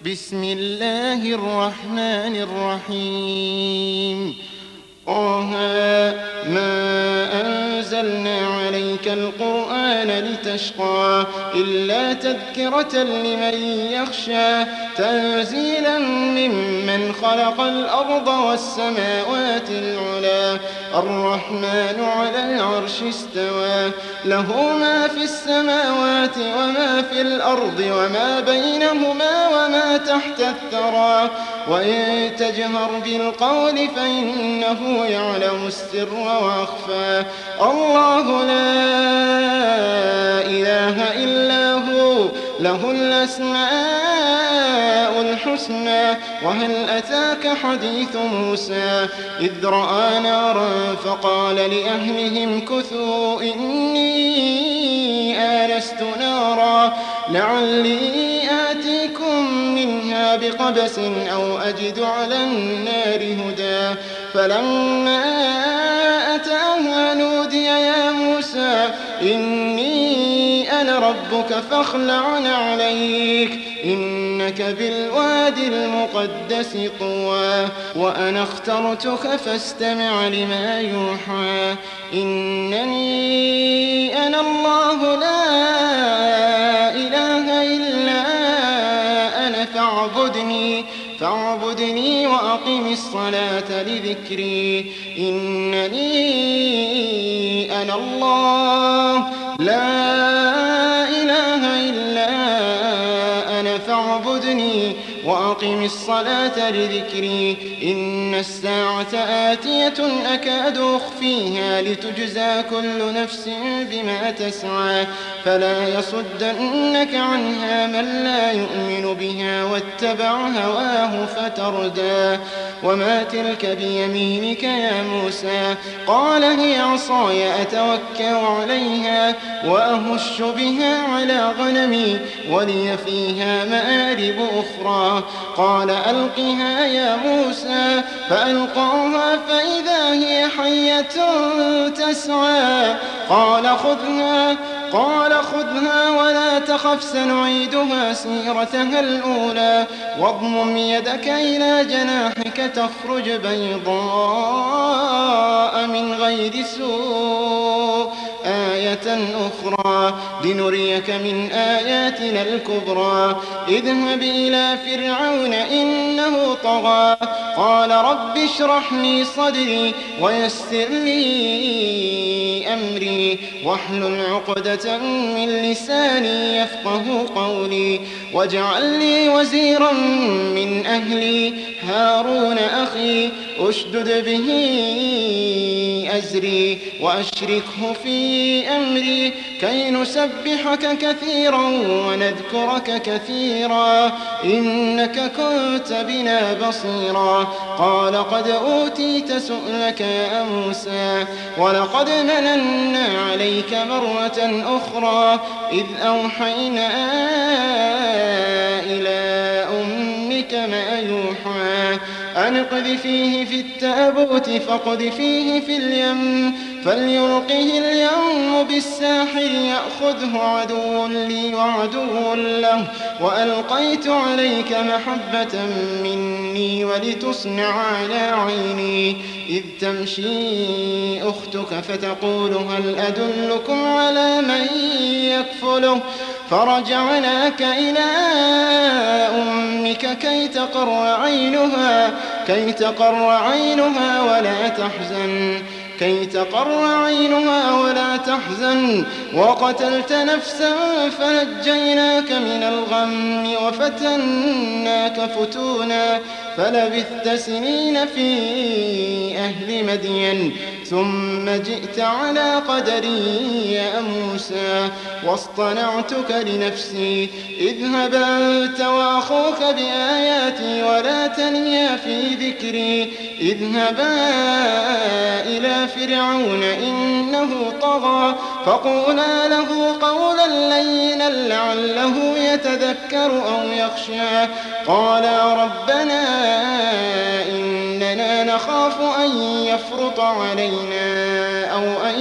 بسم الله الرحمن الرحيم طه ما أنزلنا عليك القرآن لتشقى إلا تذكرة لمن يخشى تنزيلا ممن خلق الأرض والسماوات العلى الرحمن على العرش استوى له ما في السماوات وما في الأرض وما بينهما وما تحت الثرى وإن تجهر بالقول فإنه يعلم السر وأخفى الله لا إله إلا هو له الأسماء الحسنى وهل أتاك حديث موسى إذ رأى نارا فقال لأهلهم كثوا إني آنست نارا لعلي آتيكم منها بقبس أو أجد على النار هدى فلما أتاها نودي يا موسى إني أنا ربك فاخلع عليك إنك بالوادي المقدس طوى وأنا اخترتك فاستمع لما يوحى إنني أنا الله لا إله إلا أنا فاعبدني وأقم الصلاة لذكري إنني أنا الله لا إله إلا أنا فاعبدني وأقم الصلاة لذكري إن الساعة آتية أكاد أخفيها لتجزى كل نفس بما تسعى فلا يصدنك عنها من لا يؤمن بها واتبع هواه فتردى وما تلك بيمينك يا موسى قال هي عصاي أتوكأ عليها وأهش بها على غنمي ولي فيها مآرب أخرى قال ألقها يا موسى فألقاها فإذا هي حية تسعى قال خذها ولا تخف سنعيدها سيرتها الأولى واضمم يدك إلى جناحك تخرج بيضاء من غير سوء آية أخرى لنريك من آياتنا الكبرى اذهب إلى فرعون إنه طغى قال رب اشرح لي صدري ويسر لي أمري واحلل عقدة من لساني يفقه قولي واجعل لي وزيرا من أهلي هارون أخي أشدد به أزري وأشركه في أمري كي نسبحك كثيرا ونذكرك كثيرا إنك كنت بنا بصيرا قال قد أوتيت سؤلك يا موسى ولقد مننا عليك مرة أخرى إذ أوحينا إلى أمك ما يوحى أن اقذفيه في التابوت فاقذفيه في اليم فليلقه اليم بالساحل يأخذه عدو لي وعدو له وألقيت عليك محبة مني ولتصنع على عيني إذ تمشي أختك فتقول هل أدلكم على من يكفله فرجعناك إلى أمك كي تقر عينها ولا تحزن وقتلت نفسا فنجيناك من الغم وفتناك فتونا فلبثت سنين في أهل مدين ثم جئت على قدري يا موسى واصطنعتك لنفسي اذهب أنت وأخوك بآياتي ولا تنيا في ذكري اذهبا إلى فرعون إنه طغى فقولا له قولا لينا لعله يتذكر أو يخشى قالا ربنا إننا نخاف أن يفرط علينا أو أن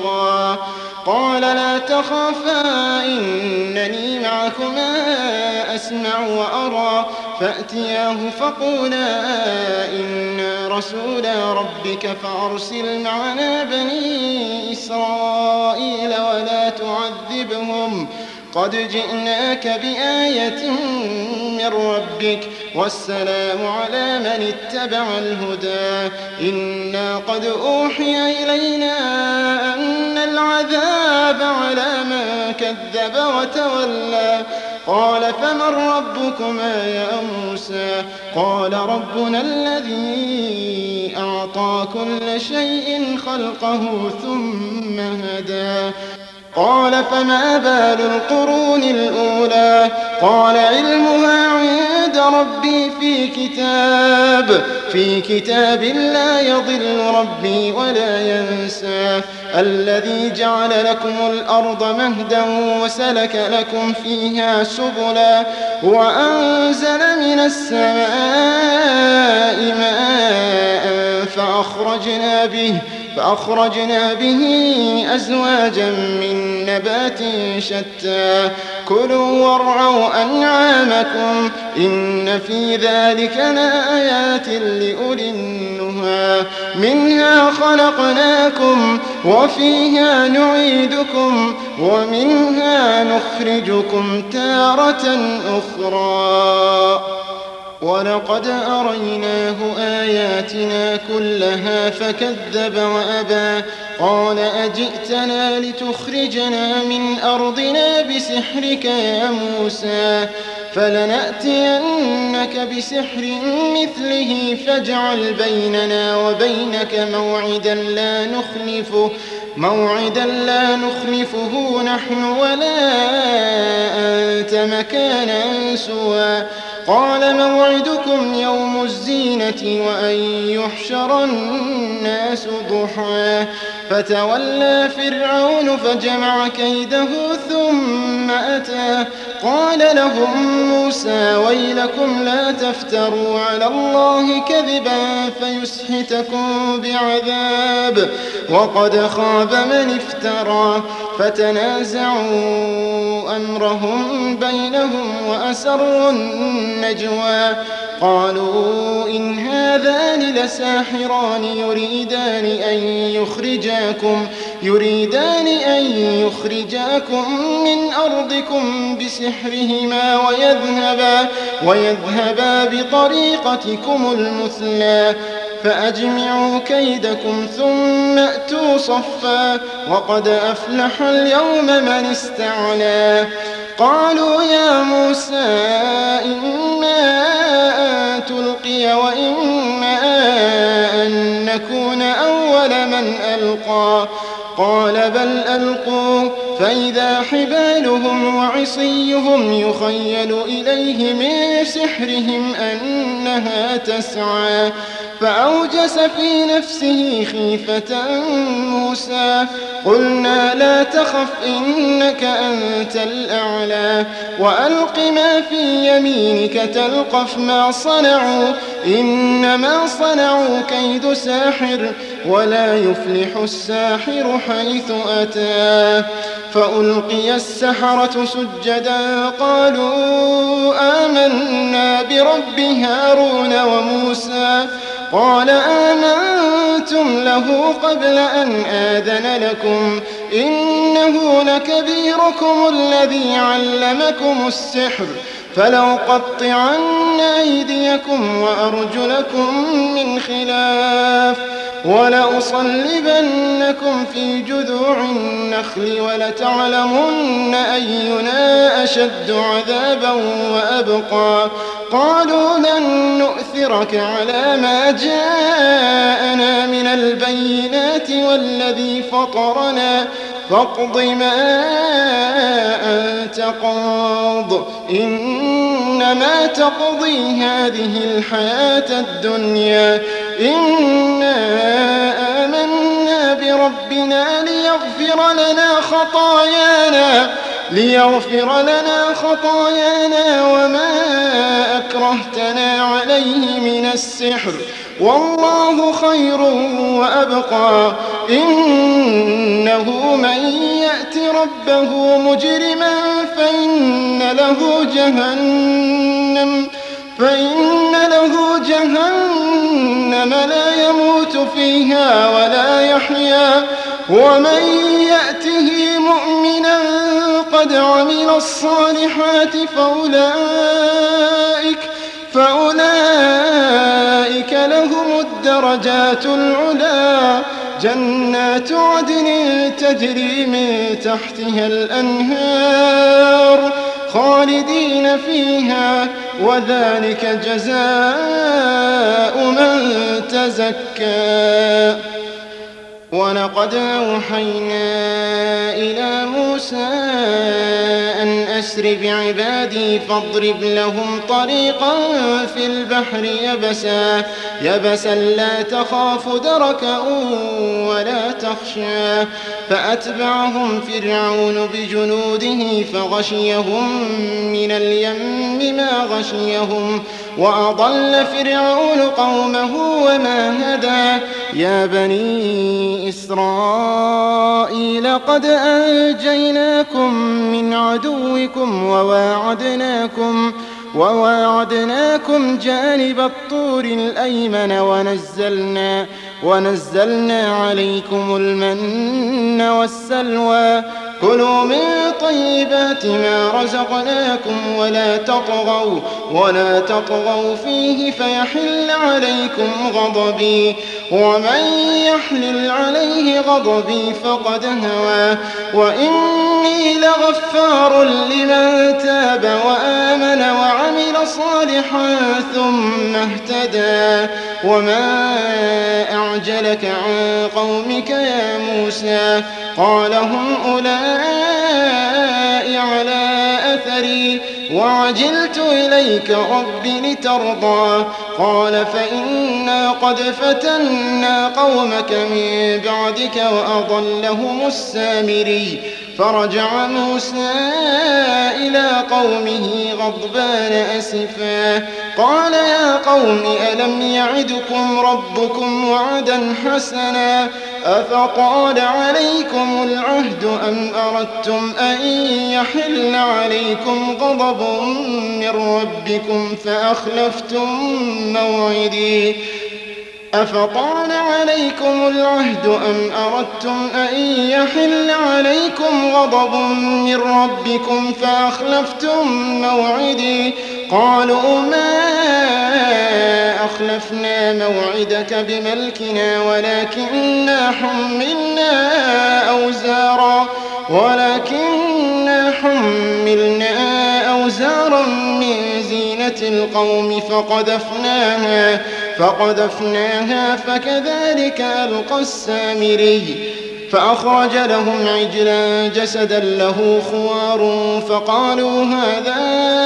يطغى قال لا تخافا إنني معكما أسمع وأرى فأتياه فقولا إنا رسولا ربك فأرسل معنا بني إسرائيل ولا تعذبهم قد جئناك بآية من ربك والسلام على من اتبع الهدى إنا قد أوحي إلينا أن العذاب على من كذب وتولى قال فمن ربكما يا موسى قال ربنا الذي أعطى كل شيء خلقه ثم هدى قال فما بال القرون الأولى قال علمها عند ربي في كتاب لا يضل ربي ولا ينسى الذي جعل لكم الأرض مهدا وسلك لكم فيها سبلا وأنزل من السماء ماء فأخرجنا به أزواجا من نبات شتى كلوا وارعوا أنعامكم إن في ذلك لآيات لأولي النهى منها خلقناكم وفيها نعيدكم ومنها نخرجكم تارة أخرى ولقد أريناه آياتنا كلها فكذب وأبى قال أجئتنا لتخرجنا من أرضنا بسحرك يا موسى فلنأتينك بسحر مثله فاجعل بيننا وبينك موعدا لا نخلفه نحن ولا أنت مكانا سوى قال موعدكم يوم الزينة وأن يحشر الناس ضحى فتولى فرعون فجمع كيده ثم أتى قال لهم موسى ويلكم لا تفتروا على الله كذبا فيسحتكم بعذاب وقد خاب من افترى فتنازعوا أمرهم بينهم وأسروا النجوى قالوا إن هذان لساحران يريدان أن يخرجاكم من أرضكم بسحرهما ويذهبا بطريقتكم المثلى فأجمعوا كيدكم ثم أتوا صفا وقد أفلح اليوم من استعلى قالوا يا موسى إما أن تلقي وإما أن نكون أول من ألقى قال بل ألقوا فإذا حبالهم وعصيهم يخيل إليه من سحرهم أنها تسعى فأوجس في نفسه خيفة موسى قلنا لا تخف إنك أنت الأعلى وألق ما في يمينك تلقف ما صنعوا إنما صنعوا كيد ساحر ولا يفلح الساحر حيث أتى فألقي السحرة سجدا قالوا آمنا برب هارون وموسى قال آمنتم له قبل أن آذن لكم إنه لكبيركم الذي علمكم السحر فلأقطعن أيديكم وأرجلكم من خلاف ولأصلبنكم في جذوع النخل ولتعلمن أينا أشد عذابا وأبقى قالوا لن نؤثرك على ما جاءنا من البينات والذي فطرنا فاقض ما أنت قاض إنما تقضي هذه الحياة الدنيا إنا آمنا بربنا ليغفر لنا خطايانا وما اكرهتنا عليه من السحر، والله خير وأبقى. إنه من يأت ربه مجرما فإن له جهنم لا يموت فيها ولا يحيا، ومن يأته مؤمنا قد عمل الصالحات فأولئك لهم الدرجات العلى، جنات عدن تجري من تحتها الأنهار خالدين فيها، وذلك جزاء من تزكى. ولقد أوحينا إلى موسى أن أسر بعبادي فاضرب لهم طريقا في البحر يبسا لا تخاف دركا ولا تخشى، فأتبعهم فرعون بجنوده فغشيهم من اليم ما غشيهم، وأضل فرعون قومه وما هدى. يا بني إسرائيل قد أنجيناكم من عدوكم وواعدناكم جانب الطور الأيمن ونزلنا عليكم المن والسلوى. كلوا من طيبات ما رزقناكم ولا تطغوا فيه فيحل عليكم غضبي، ومن يحلل عليه غضبي فقد هوى. وإني لغفار لمن تاب وآمن وعمل صالحا ثم اهتدى. وما أعجلك عن قومك يا موسى؟ قال هم أولئك على أثري وعجلت إليك رب لترضى. قال فإنا قد فتنا قومك من بعدك وأضلهم السامري. فرجع موسى إلى قومه غضبان أسفا قال يا قوم ألم يعدكم ربكم وعدا حسنا أفطال عليكم العهد أم أردتم أن يحل عليكم غضب من ربكم فأخلفتم موعدي أفطال عليكم العهد أم أردتم أن يحل عليكم غضب من ربكم فأخلفتم موعدي قالوا ما أخلفنا موعدك بملكنا ولكننا حملنا أوزارا من زينة القوم فقذفناها فكذلك ألقى السامري. فأخرج لهم عجلا جسدا له خوار فقالوا هذا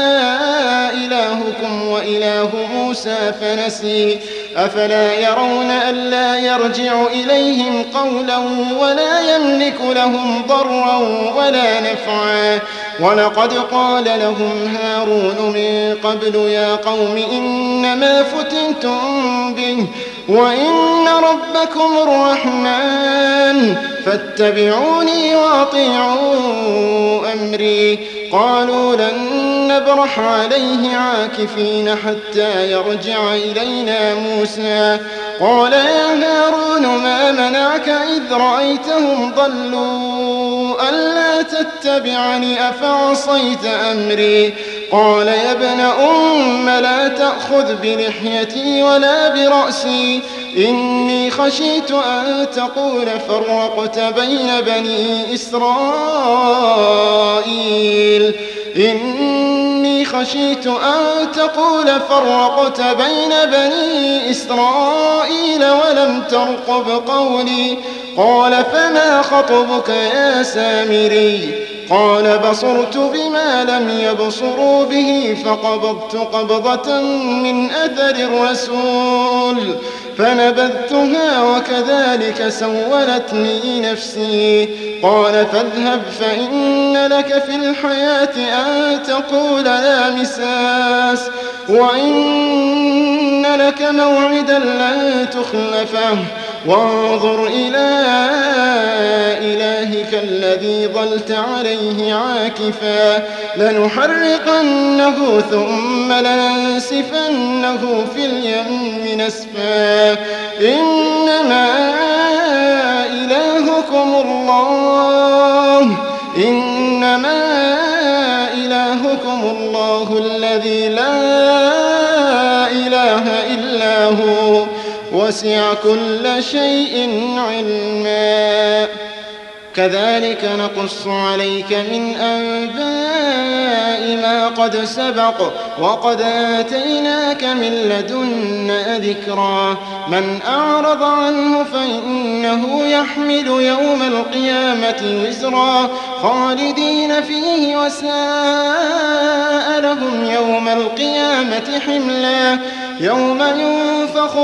إلهكم وإله موسى فنسي. أفلا يرون ألا يرجع إليهم قولا ولا يملك لهم ضرا ولا نفعا. ولقد قال لهم هارون من قبل يا قوم إنما فتنتم به وإن ربكم الرحمن فاتبعوني وأطيعوا أمري. قالوا لن نبرح عليه عاكفين حتى يرجع إلينا موسى. قال يا هارون ما منعك إذ رأيتهم ضلوا ألا تتبعني أفعصيت أمري. قال يا ابن أم لا تأخذ بلحيتي ولا برأسي إني خشيت أن تقول فرقت بين بني إسرائيل ولم ترقب قولي. قال فما خطبك يا سامري؟ قال بصرت بما لم يبصروا به فقبضت قبضة من أثر الرسول فنبذتها وكذلك سولت لي نفسي. قال فاذهب فإن لك في الحياة أن تقول لا مساس وإن لك موعدا لن تخلفه وانظر إلى إلهك الذي ظلت عليه عاكفا لنحرقنه ثم لننسفنه في اليم نسفا إنما إلهكم الله الذي لا إله إلا هو وسع كل شيء علما كذلك نقص عليك من أنباء ما قد سبق وقد آتيناك من لدنا ذكرا من أعرض عنه فإنه يحمل يوم القيامة وزرا خالدين فيه وساء لهم يوم القيامة حملا يوم ينفخ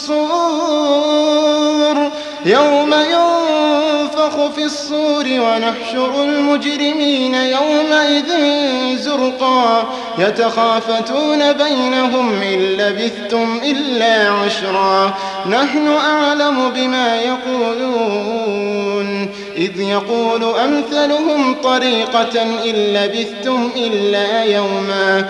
في الصور ونحشر المجرمين يومئذ زرقا يتخافتون بينهم إن لبثتم إلا عشرا نحن أعلم بما يقولون إذ يقول أمثلهم طريقة إن لبثتم إلا يوما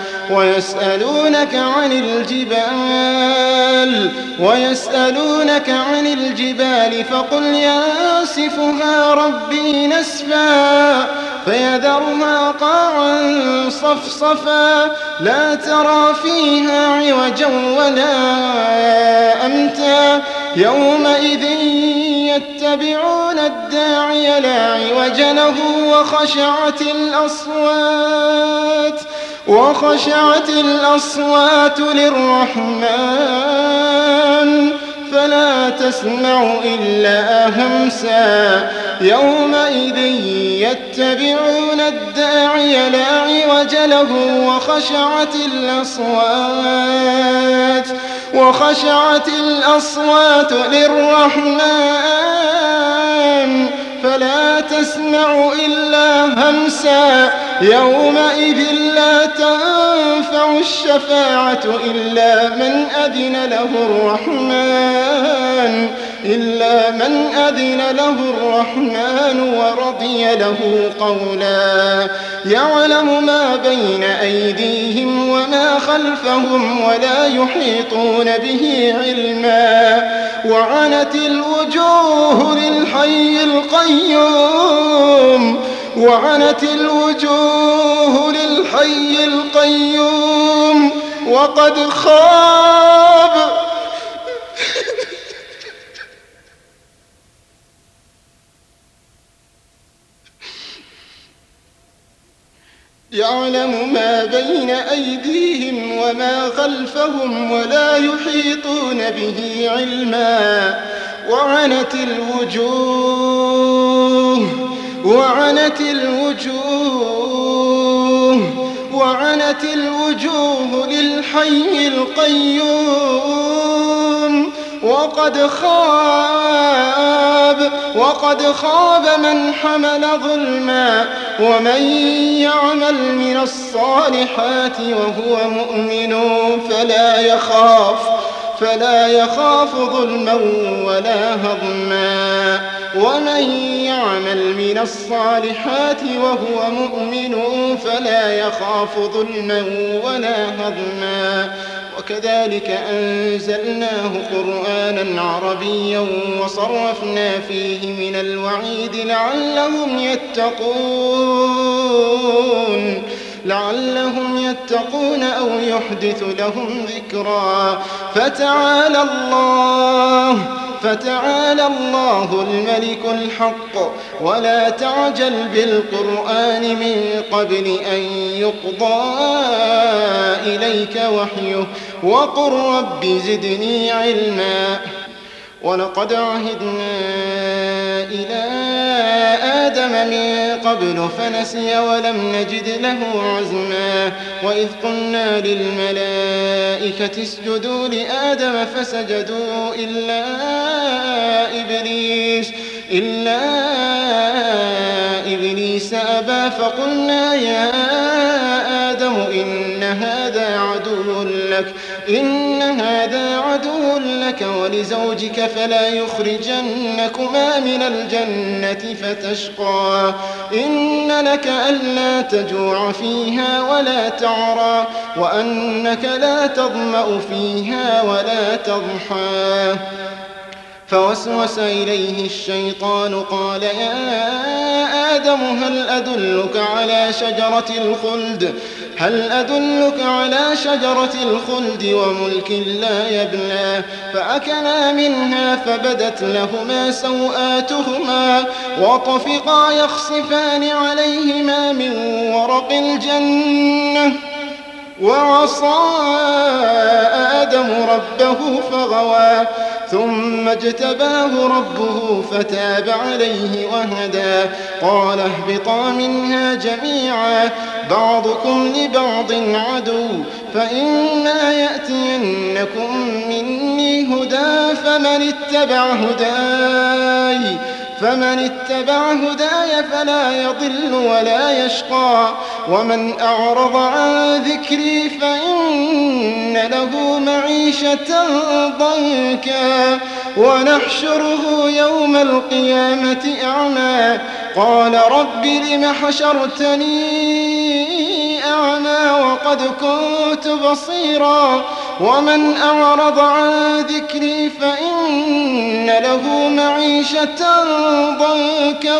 ويسألونك عن الجبال فقل ينسفها ربي نسفا فيذرها قاعا صفصفا لا ترى فيها عوجا ولا أمتا يومئذ يتبعون الداعي لا عوج له وخشعت الأصوات للرحمن فلا تسمع إلا همسا يومئذ يتبعون الداعي لا عوج له وخشعت الأصوات للرحمن فلا تسمع إلا همسا يومئذ لا تنفع الشفاعة إلا من أذن له الرحمن ورضي له قولا يعلم ما بين أيديهم وما خلفهم ولا يحيطون به علما وعنت الوجوه للحي القيوم وقد خاب يعلم ما بين أيديهم وما خلفهم ولا يحيطون به علما وعنت الوجوه للحي القيوم وقد خاب من حمل ظلما ومن يعمل من الصالحات وهو مؤمن فلا يخاف ظلما ولا هضما ومن يعمل من الصالحات وهو مؤمن فلا يخاف ظلما ولا هضما وكذلك أنزلناه قرآنا عربيا وصرفنا فيه من الوعيد لعلهم يتقون أو يحدث لهم ذكرا فتعالى الله الملك الحق ولا تعجل بالقرآن من قبل أن يقضى إليك وحيه وقل رب زدني علما ولقد عهدنا إلى آدم من قبل فنسي ولم نجد له عزما وإذ قلنا للملائكة اسجدوا لآدم فسجدوا إلا إبليس أبى فقلنا يا آدم إن إن هذا عدو لك ولزوجك فلا يخرجنكما من الجنة فتشقى إن لك ألا تجوع فيها ولا تعرى وأنك لا تظمأ فيها ولا تضحى فوسوس إليه الشيطان قال يا آدم هل أدلك على شجرة الخلد وملك لا يبلى فأكلا منها فبدت لهما سوآتهما وطفقا يخصفان عليهما من ورق الجنة وعصى آدم ربه فغوى ثم اجتباه ربه فتاب عليه وهدى قال اهبطا منها جميعا بعضكم لبعض عدو فإما يأتينكم مني هدى فمن اتبع هداي فلا يضل ولا يشقى ومن أعرض عن ذكري فإن له معيشة ضنكا ونحشره يوم القيامة أعمى قال رب لم حشرتني أعمى وقد كنت بصيرا ومن أعرض عن ذكري فإن له معيشة ضنكا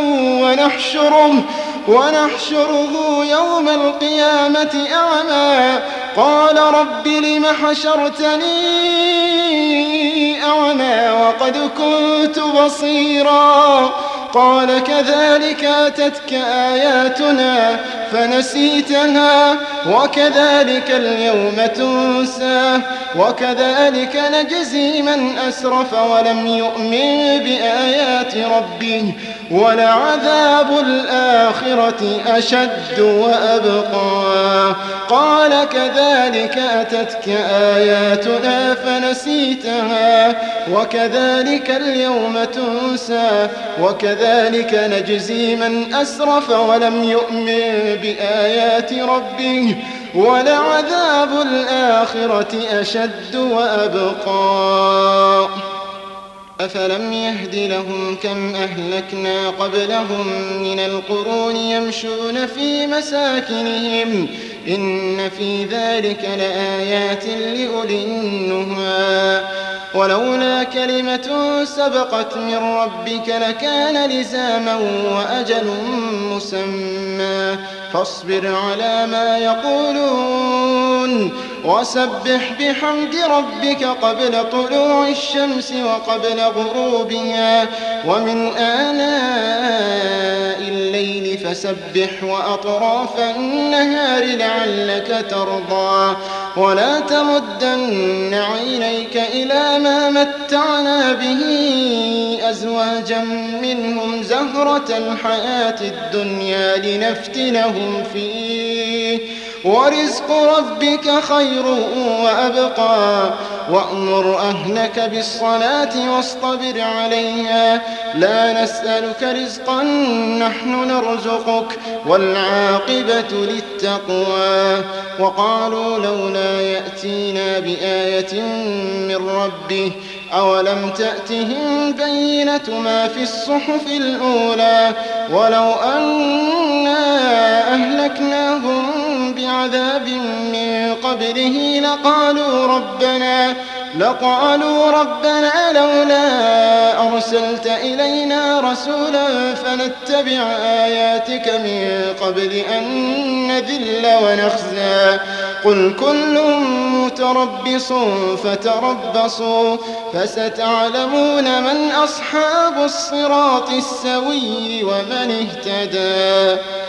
ونحشره يوم القيامة أعمى قال رب لم حشرتني أعمى وقد كنت بصيرا قال كذلك أتتك آياتنا فنسيتها وكذلك اليوم تنسى وكذلك نجزي من أسرف ولم يؤمن بآيات ربه ولعذاب الآخرة أشد وأبقى قال كذلك أتتك آياتنا فنسيتها وكذلك اليوم تنسى وكذلك نجزي من أسرف ولم يؤمن بآيات ربه ولعذاب الآخرة أشد وأبقى أفلم يهد لهم كم أهلكنا قبلهم من القرون يمشون في مساكنهم إن في ذلك لآيات لأولي النهى ولولا كلمة سبقت من ربك لكان لزاما وأجل مسمى فاصبر على ما يقولون وسبح بحمد ربك قبل طلوع الشمس وقبل غروبها ومن آناء الليل فسبح وأطراف النهار لعلك ترضى ولا تمدن عينيك إلى ما متعنا به أزواجا منهم زهرة الحياة الدنيا لنفتنهم فيه ورزق ربك خير وأبقى وأمر أهلك بالصلاة واصطبر عليها لا نسألك رزقا نحن نرزقك والعاقبة للتقوى وقالوا لولا يأتينا بآية من ربه أولم تأتهم بينة ما في الصحف الأولى ولو أنا أهلكناهم بعذاب من قبله لقالوا ربنا لولا أرسلت إلينا رسولا فنتبع آياتك من قبل أن نذل ونخزى قل كل متربص فتربصوا فستعلمون من أصحاب الصراط السوي ومن اهتدى